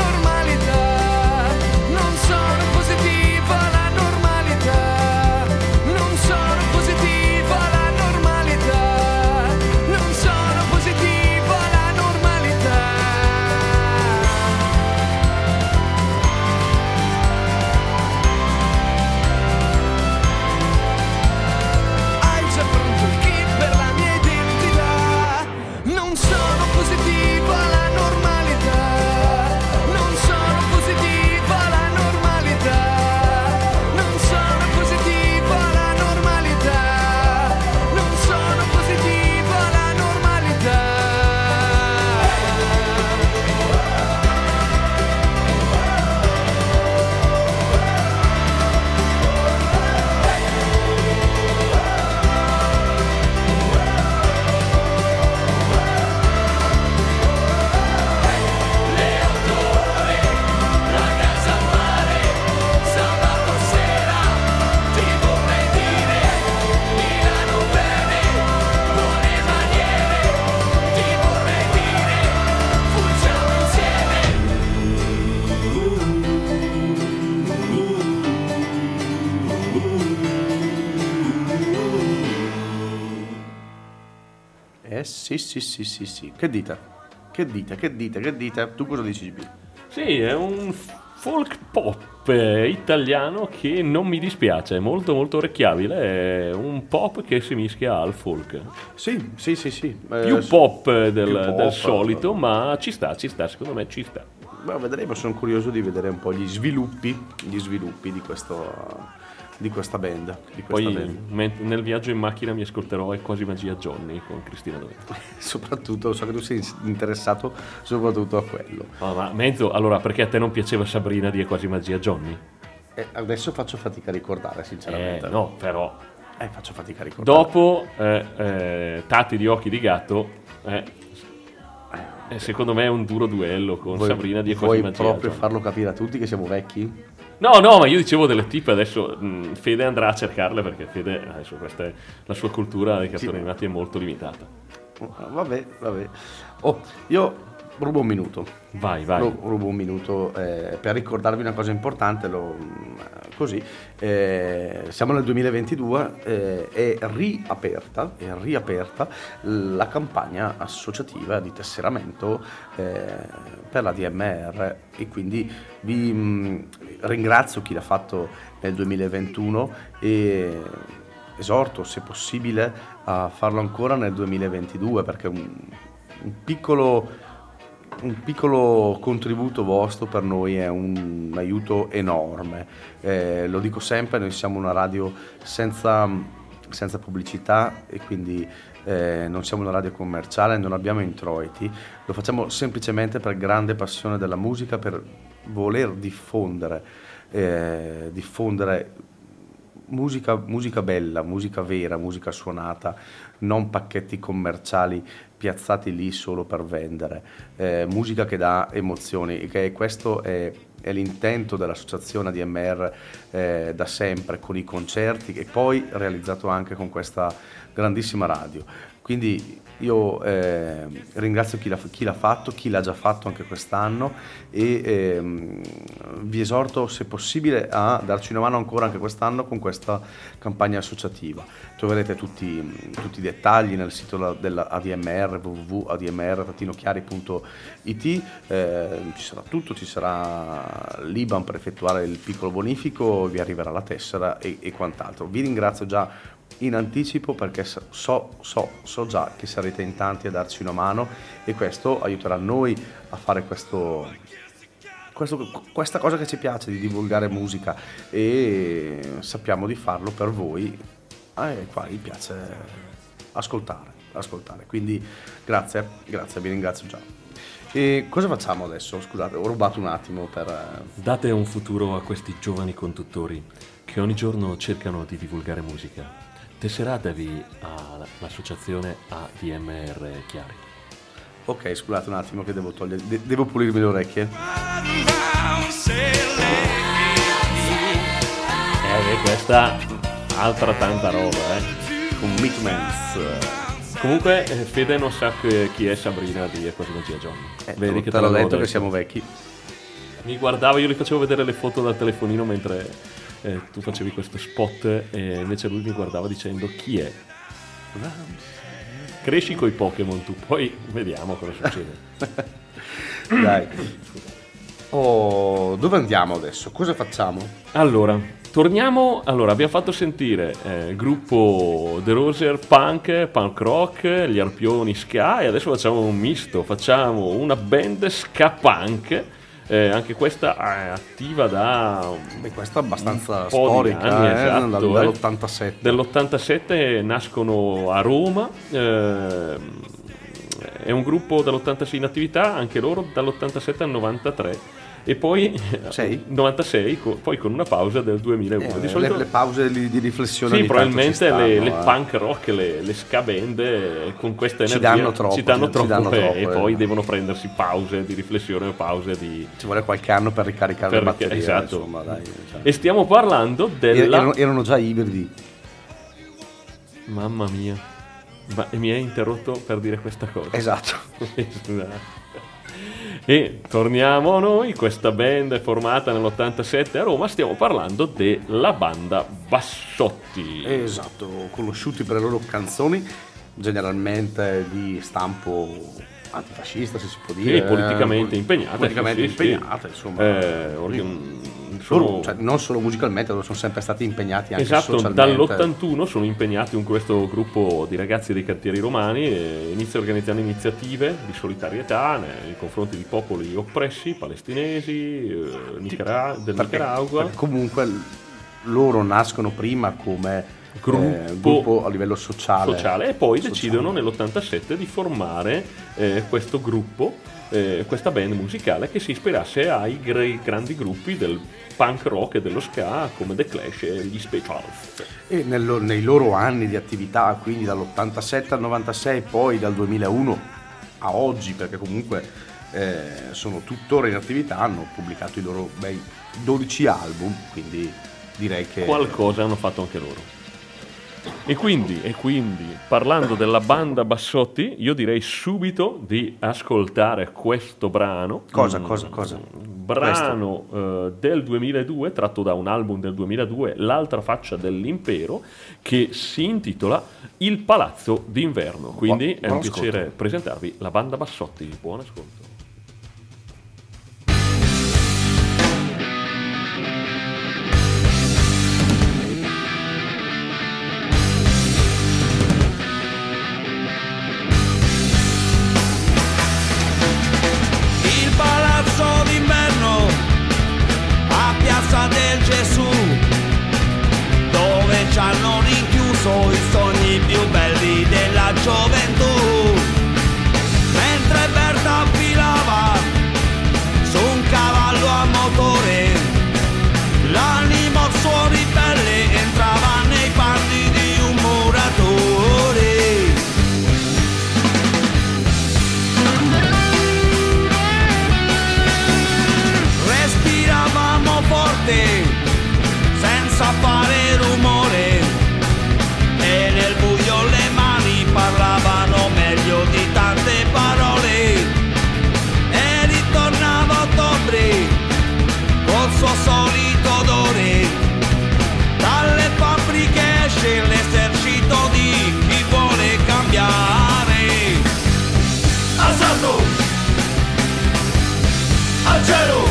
normalità, non sono positivo alla normalità, non Eh sì, sì, sì, sì, sì. Che dite? Che dite? Che dite? Che dite? Tu cosa dici, G B? Sì, è un folk pop italiano che non mi dispiace, è molto molto orecchiabile, è un pop che si mischia al folk. Sì, sì, sì, sì. Eh, Più pop del, più pop, del solito, ma ci sta, ci sta, secondo me ci sta. Beh, vedremo, sono curioso di vedere un po' gli sviluppi, gli sviluppi di questo... di questa band. Di questa Poi band. men- nel viaggio in macchina mi ascolterò È quasi magia Johnny con Cristina D'Avena. Soprattutto, so che tu sei interessato soprattutto a quello. Oh, ma mezzo, allora perché a te non piaceva Sabrina di È quasi magia Johnny? E adesso faccio fatica a ricordare, sinceramente. Eh, no, però. Eh, faccio fatica a ricordare. Dopo eh, eh, Tatti di occhi di gatto, eh, eh, secondo me è un duro duello con Vuoi- Sabrina di È quasi Vuoi magia proprio Johnny. farlo capire a tutti che siamo vecchi? No, no, ma io dicevo delle tipe, adesso mh, Fede andrà a cercarle perché Fede, adesso questa è, la sua cultura dei cartoni Sì. animati è molto limitata. Vabbè, vabbè. Oh, io rubo un minuto. Vai, vai. Ru- Rubo un minuto eh, per ricordarvi una cosa importante, lo- così. eh, siamo nel duemilaventidue, eh, è riaperta, è riaperta la campagna associativa di tesseramento eh, per la D M R e quindi vi mh, ringrazio chi l'ha fatto nel duemilaventuno e esorto, se possibile, a farlo ancora nel duemilaventidue perché un, un piccolo un piccolo contributo vostro per noi è un aiuto enorme. Eh, lo dico sempre, noi siamo una radio senza, senza pubblicità e quindi eh, non siamo una radio commerciale, non abbiamo introiti, lo facciamo semplicemente per grande passione della musica, per voler diffondere, eh, diffondere musica, musica bella, musica vera, musica suonata, non pacchetti commerciali piazzati lì solo per vendere, eh, musica che dà emozioni, che questo è, è l'intento dell'associazione A D M R eh, da sempre, con i concerti e poi realizzato anche con questa grandissima radio. Quindi io eh, ringrazio chi l'ha, chi l'ha fatto, chi l'ha già fatto anche quest'anno e ehm, vi esorto se possibile a darci una mano ancora anche quest'anno con questa campagna associativa. Troverete tutti, tutti i dettagli nel sito della A D M R w w w punto a d m r trattino chiari punto i t, eh, ci sarà tutto, ci sarà l'I B A N per effettuare il piccolo bonifico, vi arriverà la tessera e, e quant'altro. Vi ringrazio già in anticipo perché so, so, so già che sarete in tanti a darci una mano e questo aiuterà noi a fare questo, questo, questa cosa che ci piace di divulgare musica e sappiamo di farlo per voi ai quali piace ascoltare, ascoltare. Quindi grazie, grazie, vi ringrazio già. E cosa facciamo adesso? Scusate, ho rubato un attimo per... Date un futuro a questi giovani conduttori che ogni giorno cercano di divulgare musica. Tesseratevi all'associazione A D M R Chiari. Ok, scusate un attimo che devo togliere, de- devo pulirmi le orecchie. Eh, beh, questa altra tanta roba, eh. Con Meatmans. Comunque eh, Fede non sa che- chi è Sabrina di È quasi magia Johnny. Eh, Vedi che te l'ho l'avevo detto che siamo vecchi. Mi guardavo, io gli facevo vedere le foto dal telefonino mentre eh, tu facevi questo spot e invece lui mi guardava dicendo chi è. Cresci coi Pokémon tu, poi vediamo cosa succede. Dai. Oh, dove andiamo adesso? Cosa facciamo? Allora, torniamo. Allora, abbiamo fatto sentire eh, il gruppo The Roser punk, punk rock, gli Arpioni ska e adesso facciamo un misto, facciamo una band ska punk. Eh, anche questa è attiva da Beh, questa è abbastanza un po' di storica, anni, eh, esatto, dal- eh. dall'ottantasette. Dell'ottantasette nascono a Roma, ehm, è un gruppo dall'ottantasei in attività, anche loro dall'ottantasette al novantatré e poi Sei? novantasei, co- poi con una pausa del duemilauno. Eh, Di le, solito le pause di, di riflessione sì, ogni tanto probabilmente ci stanno, le, le eh. punk rock, le, le ska band eh, con questa Ci energia danno troppo, ci danno ci- troppo, ci danno eh, troppo, e eh. poi devono prendersi pause di riflessione o pause di... Ci vuole qualche anno per ricaricare Per le rica- batterie, esatto. insomma, dai. Cioè. E stiamo parlando della... Erano, erano già ibridi. Mamma mia, ma e mi hai interrotto per dire questa cosa. Esatto. E torniamo noi, questa band è formata nell'ottantasette a Roma, stiamo parlando della banda Bassotti. Esatto, conosciuti per le loro canzoni generalmente di stampo antifascista, se si può dire, sì, politicamente eh, impegnate, politicamente sì, sì, impegnate, sì. insomma, Eh, organ- sono... loro, cioè, non solo musicalmente, loro sono sempre stati impegnati anche esatto, socialmente. dall'ottantuno sono impegnati con questo gruppo di ragazzi dei quartieri romani e inizia organizzando iniziative di solidarietà nei confronti di popoli oppressi, palestinesi, eh, Nicara- del Perché- Nicaragua. perché comunque l- loro nascono prima come Gruppo, eh, gruppo a livello sociale, sociale e poi sociale. decidono nell'ottantasette di formare eh, questo gruppo, eh, questa band musicale che si ispirasse ai gra- grandi gruppi del punk rock e dello ska come The Clash e gli Specials. E nello- nei loro anni di attività, quindi dall'ottantasette al novantasei, poi dal duemilauno a oggi, perché comunque eh, sono tuttora in attività, hanno pubblicato i loro bei dodici album, quindi direi che Qualcosa hanno fatto anche loro. E quindi, e quindi, parlando della banda Bassotti, io direi subito di ascoltare questo brano. Cosa, Mm, cosa, cosa? Brano eh, del duemiladue, tratto da un album del duemiladue, L'altra faccia dell'impero, che si intitola Il Palazzo d'inverno. Quindi Buon- è un buon piacere ascolto. presentarvi la banda Bassotti. Buon ascolto. Il palazzo d'inverno a Piazza del Gesù, dove ci hanno rinchiuso i sogni più belli della gioventù. Mentre Berta filava su un cavallo a motore, l'animo suo ribelle entrava nei panni di un muratore. Respiravamo forte, senza fare rumore, e nel buio le mani parlavano meglio di tante parole. E ritornava ottobre, col suo solito odore, dalle fabbriche esce l'esercito di chi vuole cambiare. Assalto! Al cielo!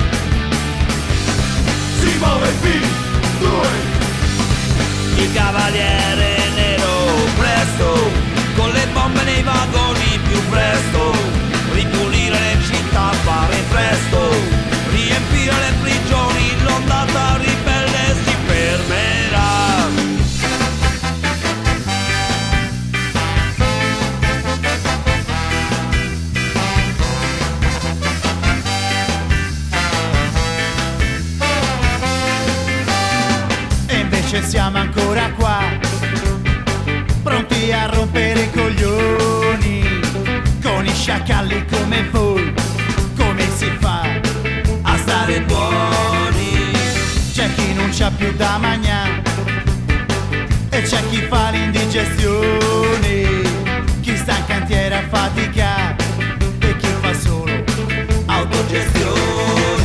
Si muove il P due. Il cavaliere nero presto, con le bombe nei vagoni più presto, ripulire le città, fare presto, riempire le prigioni, l'ondata ribelle si fermerà. E invece siamo ancora qua, pronti a rompere i coglioni, con i sciacalli come voi. Come si fa a stare buoni? C'è chi non c'ha più da mangiare e c'è chi fa l'indigestione, chi sta in cantiere a fatica e chi fa solo autogestione.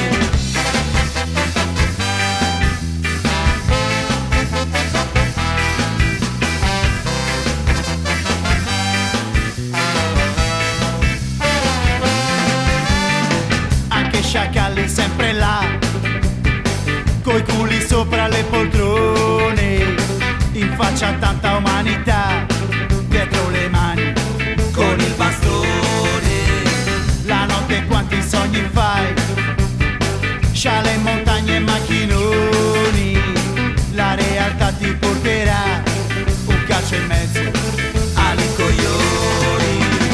Anche sciacalli sempre là, coi culi sopra le poltrone, in faccia a tanta umanità, dietro le mani con il bastone. La notte quanti sogni fai, sciale in montagne e macchinoni, la realtà ti porterà un calcio in mezzo ai coglioni.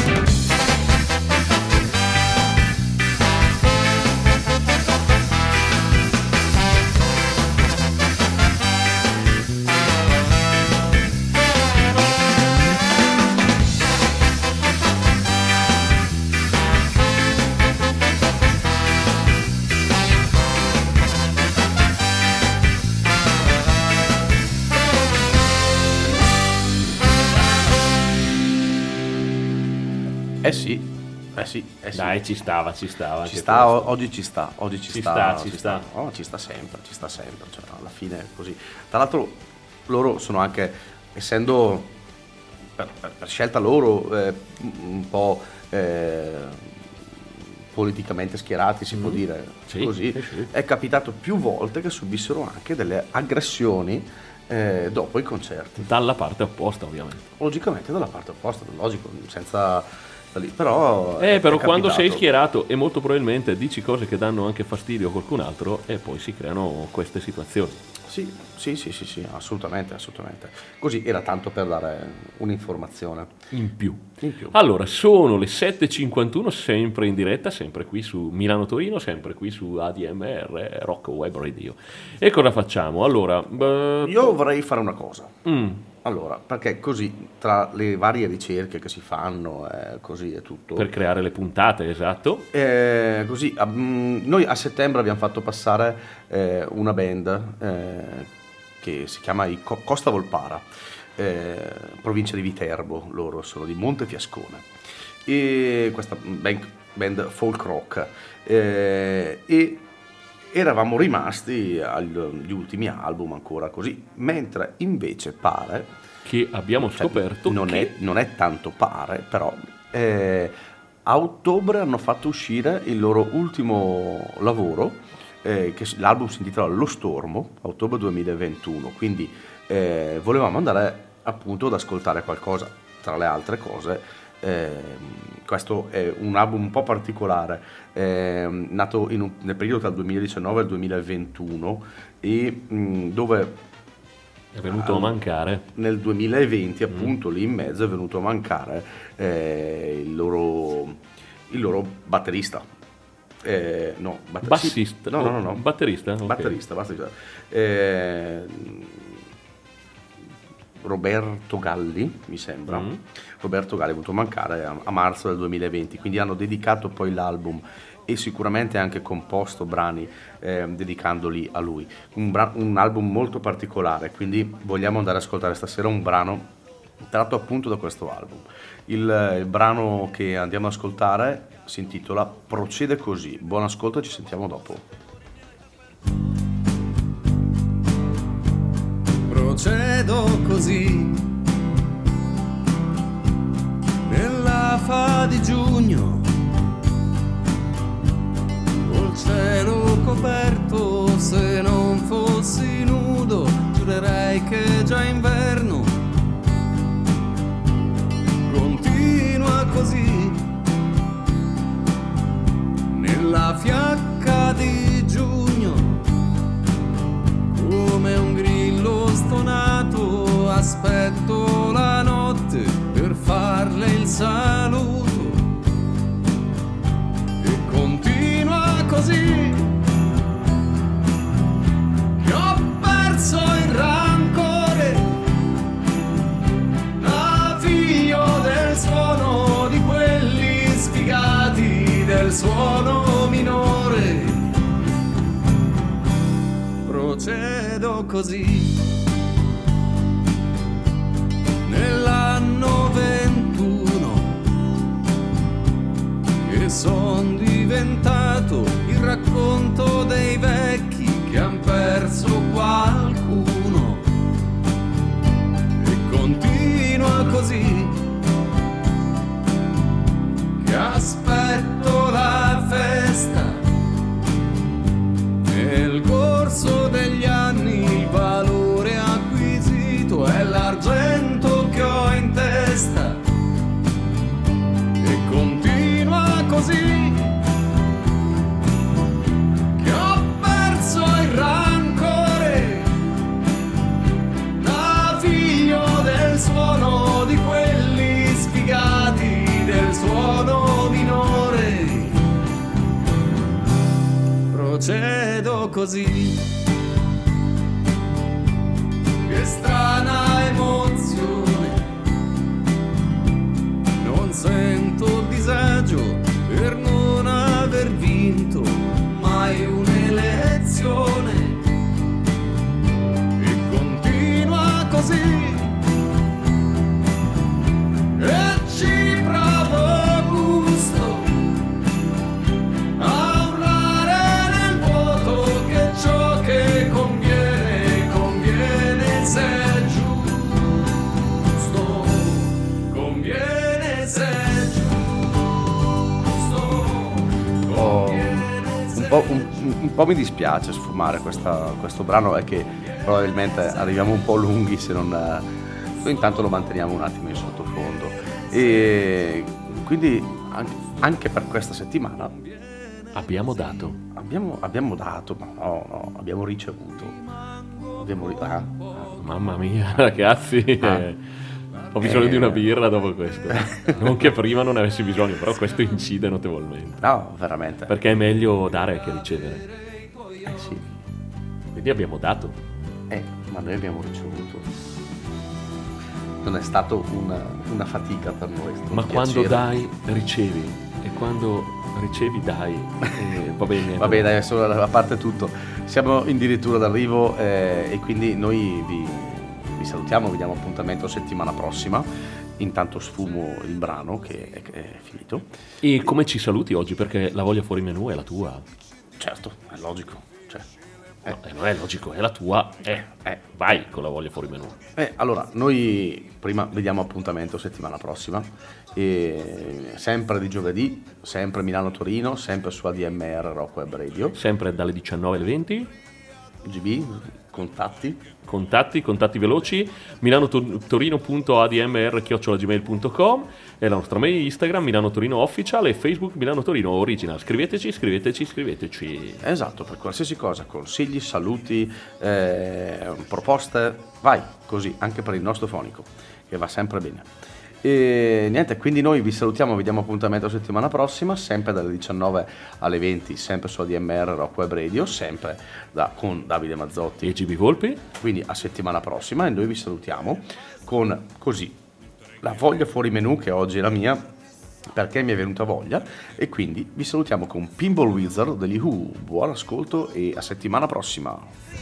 Eh sì, eh sì, eh sì. Dai, ci stava, ci stava. Ci anche sta, questo. o- oggi ci sta, oggi ci, Ci sta, sta, ci sta. Oh, ci sta sempre, ci sta sempre, cioè alla fine è così. Tra l'altro loro sono anche, essendo per, per, per scelta loro, eh, un po' eh, politicamente schierati, si mm. può dire sì, così, sì, sì. è capitato più volte che subissero anche delle aggressioni eh, dopo i concerti. Dalla parte opposta, ovviamente. Logicamente dalla parte opposta, logico, senza... lì, però eh, è, però è quando capitato. sei schierato e molto probabilmente dici cose che danno anche fastidio a qualcun altro e poi si creano queste situazioni. Sì, sì, sì, sì, sì, assolutamente, assolutamente. Così era tanto per dare un'informazione in più. In più. Allora, sono le sette e cinquantuno, sempre in diretta, sempre qui su Milano Torino, sempre qui su A D M R, Rock Web Radio. E cosa facciamo? Allora, beh, io vorrei fare una cosa. Mm. Allora, perché così tra le varie ricerche che si fanno, eh, così è tutto. Per creare le puntate, esatto. Eh, così, um, noi a settembre abbiamo fatto passare eh, una band eh, che si chiama i Co- Costa Volpara, eh, provincia di Viterbo, loro sono di Montefiascone. E questa band, band folk rock. Eh, e eravamo rimasti agli ultimi album ancora così, mentre invece pare che abbiamo scoperto cioè, non, che... è, non è tanto pare, però eh, a ottobre hanno fatto uscire il loro ultimo lavoro, eh, che l'album si intitola Lo Stormo, a ottobre duemilaventuno, quindi eh, volevamo andare appunto ad ascoltare qualcosa, tra le altre cose. Eh, questo è un album un po' particolare, eh, nato in un, nel periodo tra il duemiladiciannove e il duemilaventuno e mh, dove è venuto ah, a mancare nel duemilaventi appunto mm. lì in mezzo è venuto a mancare eh, il loro il loro batterista eh, no batter- bassista sì, no, no no no batterista okay. batterista batterista eh, Roberto Galli, mi sembra. Mm. Roberto Galli è venuto a mancare a, a marzo del duemilaventi, quindi hanno dedicato poi l'album e sicuramente anche composto brani eh, dedicandoli a lui. Un, bra- un album molto particolare, quindi vogliamo andare ad ascoltare stasera un brano tratto appunto da questo album. Il, il brano che andiamo ad ascoltare si intitola Procede così. Buon ascolto e ci sentiamo dopo. Procedo così nell'afa di giugno, col cielo coperto, se non fossi nudo giurerei che è già inverno. Continua così nella fiacca di giugno, come un grillo stonato aspetto la notte per farle il saluto. E continua così che ho perso il rancore, naviglio del suono di quelli sfigati del suono minore. Procedo così nell'anno ventuno e son diventato il racconto dei vecchi che han perso qualcuno. E continua così che aspetto la festa. Nel corso degli anni il valore acquisito è l'argento che ho in testa. E continua così che ho perso il rancore, naviglio del suono di quelli sfigati del suono minore. Procedo così, che strana emozione, non sento disagio per non aver vinto mai un'elezione. E continua così e ci provo gusto a urlare nel vuoto che ciò che conviene, conviene se è giusto. po' mi dispiace sfumare questa, questo brano, è che probabilmente arriviamo un po' lunghi se non eh, intanto lo manteniamo un attimo in sottofondo, e quindi anche, anche per questa settimana abbiamo dato abbiamo, abbiamo dato ma no, no abbiamo ricevuto abbiamo ri- ah, mamma mia ragazzi, ah. eh, ho bisogno eh. di una birra dopo questo. Non che prima non avessi bisogno, però questo incide notevolmente. No, veramente, perché è meglio dare che ricevere. Eh sì. Quindi abbiamo dato. Eh, ma noi abbiamo ricevuto. Non è stato una, una fatica per noi. Ma quando dai, ricevi. E quando ricevi, dai. Eh, va bene. Va bene, adesso a parte tutto. Siamo addirittura d'arrivo eh, e quindi noi vi, vi salutiamo, vi diamo appuntamento settimana prossima. Intanto sfumo il brano che è, è finito. E come ci saluti oggi? Perché la voglia fuori menù è la tua. Certo, è logico. Cioè, eh. No, non è logico, è la tua. Eh, eh, vai con la voglia fuori menù. Eh, allora, noi prima vediamo appuntamento settimana prossima. E sempre di giovedì, sempre Milano-Torino, sempre su A D M R Rock Web Radio. Sempre dalle diciannove alle venti. G B, contatti. Contatti, contatti veloci, milanotorino.admr chiocciola gmail punto com è la nostra mail, Instagram Milano Torino Official e Facebook Milano Torino Original. Scriveteci, scriveteci, scriveteci. Esatto, per qualsiasi cosa, consigli, saluti, eh, proposte, vai, così, anche per il nostro fonico, che va sempre bene. E niente, quindi noi vi salutiamo, vi diamo appuntamento settimana prossima, sempre dalle diciannove alle venti, sempre su A D M R Rock Web Radio, sempre da, con Davide Mazzotti e G B Volpi. Quindi a settimana prossima, e noi vi salutiamo con così la voglia fuori menù, che oggi è la mia perché mi è venuta voglia, e quindi vi salutiamo con Pinball Wizard degli Who. Buon ascolto e a settimana prossima.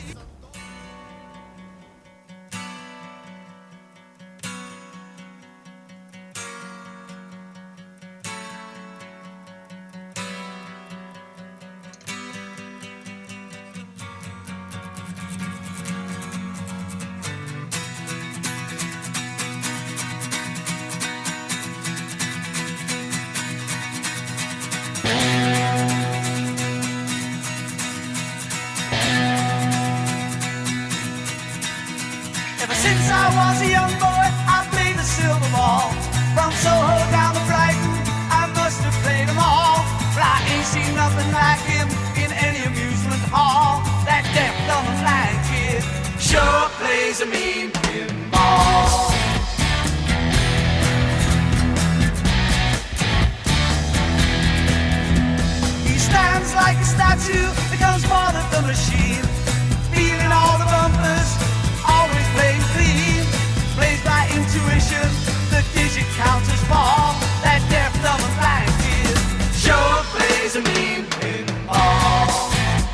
Since I was a young boy, I played the silver ball. From Soho down to Brighton, I must have played them all. But I ain't seen nothing like him in any amusement hall. That deaf, dumb and blind kid sure plays a mean pinball. He stands like a statue, becomes part of the machine, feeling all the bumpers, always playing clean, plays by intuition, the digit counters fall. That deaf, dumb and blind kid sure plays a mean pinball.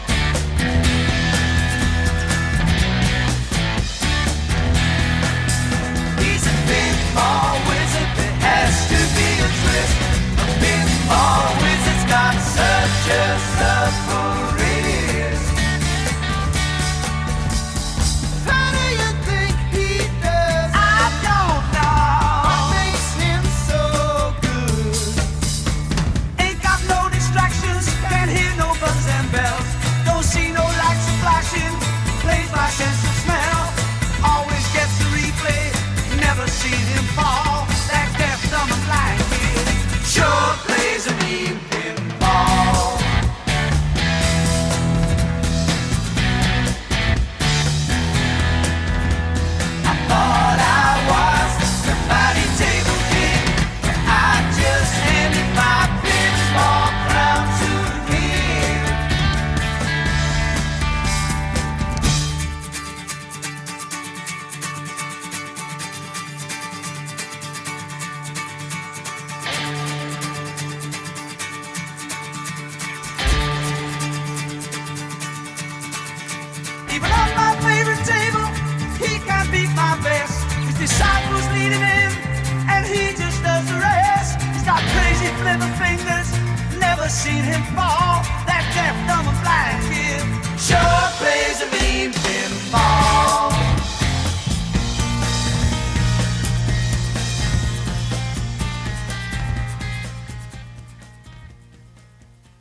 He's a pinball wizard, there has to be a twist. A pinball wizard's got such a subtle wrist. How do you think he does? I don't know. What makes him so good? Ain't got no distractions, can't hear no buzzers and bells. Don't see no lights flashing, plays by sense of smell. Always gets the replay, never seen him fall. That deaf, dumb and blind kid sure plays a mean pinball. I thought I was the mighty table king, but I just handed my pinball crown to him. Even on my favorite table, he can't beat my best. His disciples lead him in, and he just does the rest. He's got crazy flipper fingers, never seen him fall. That deaf, dumb and blind kid sure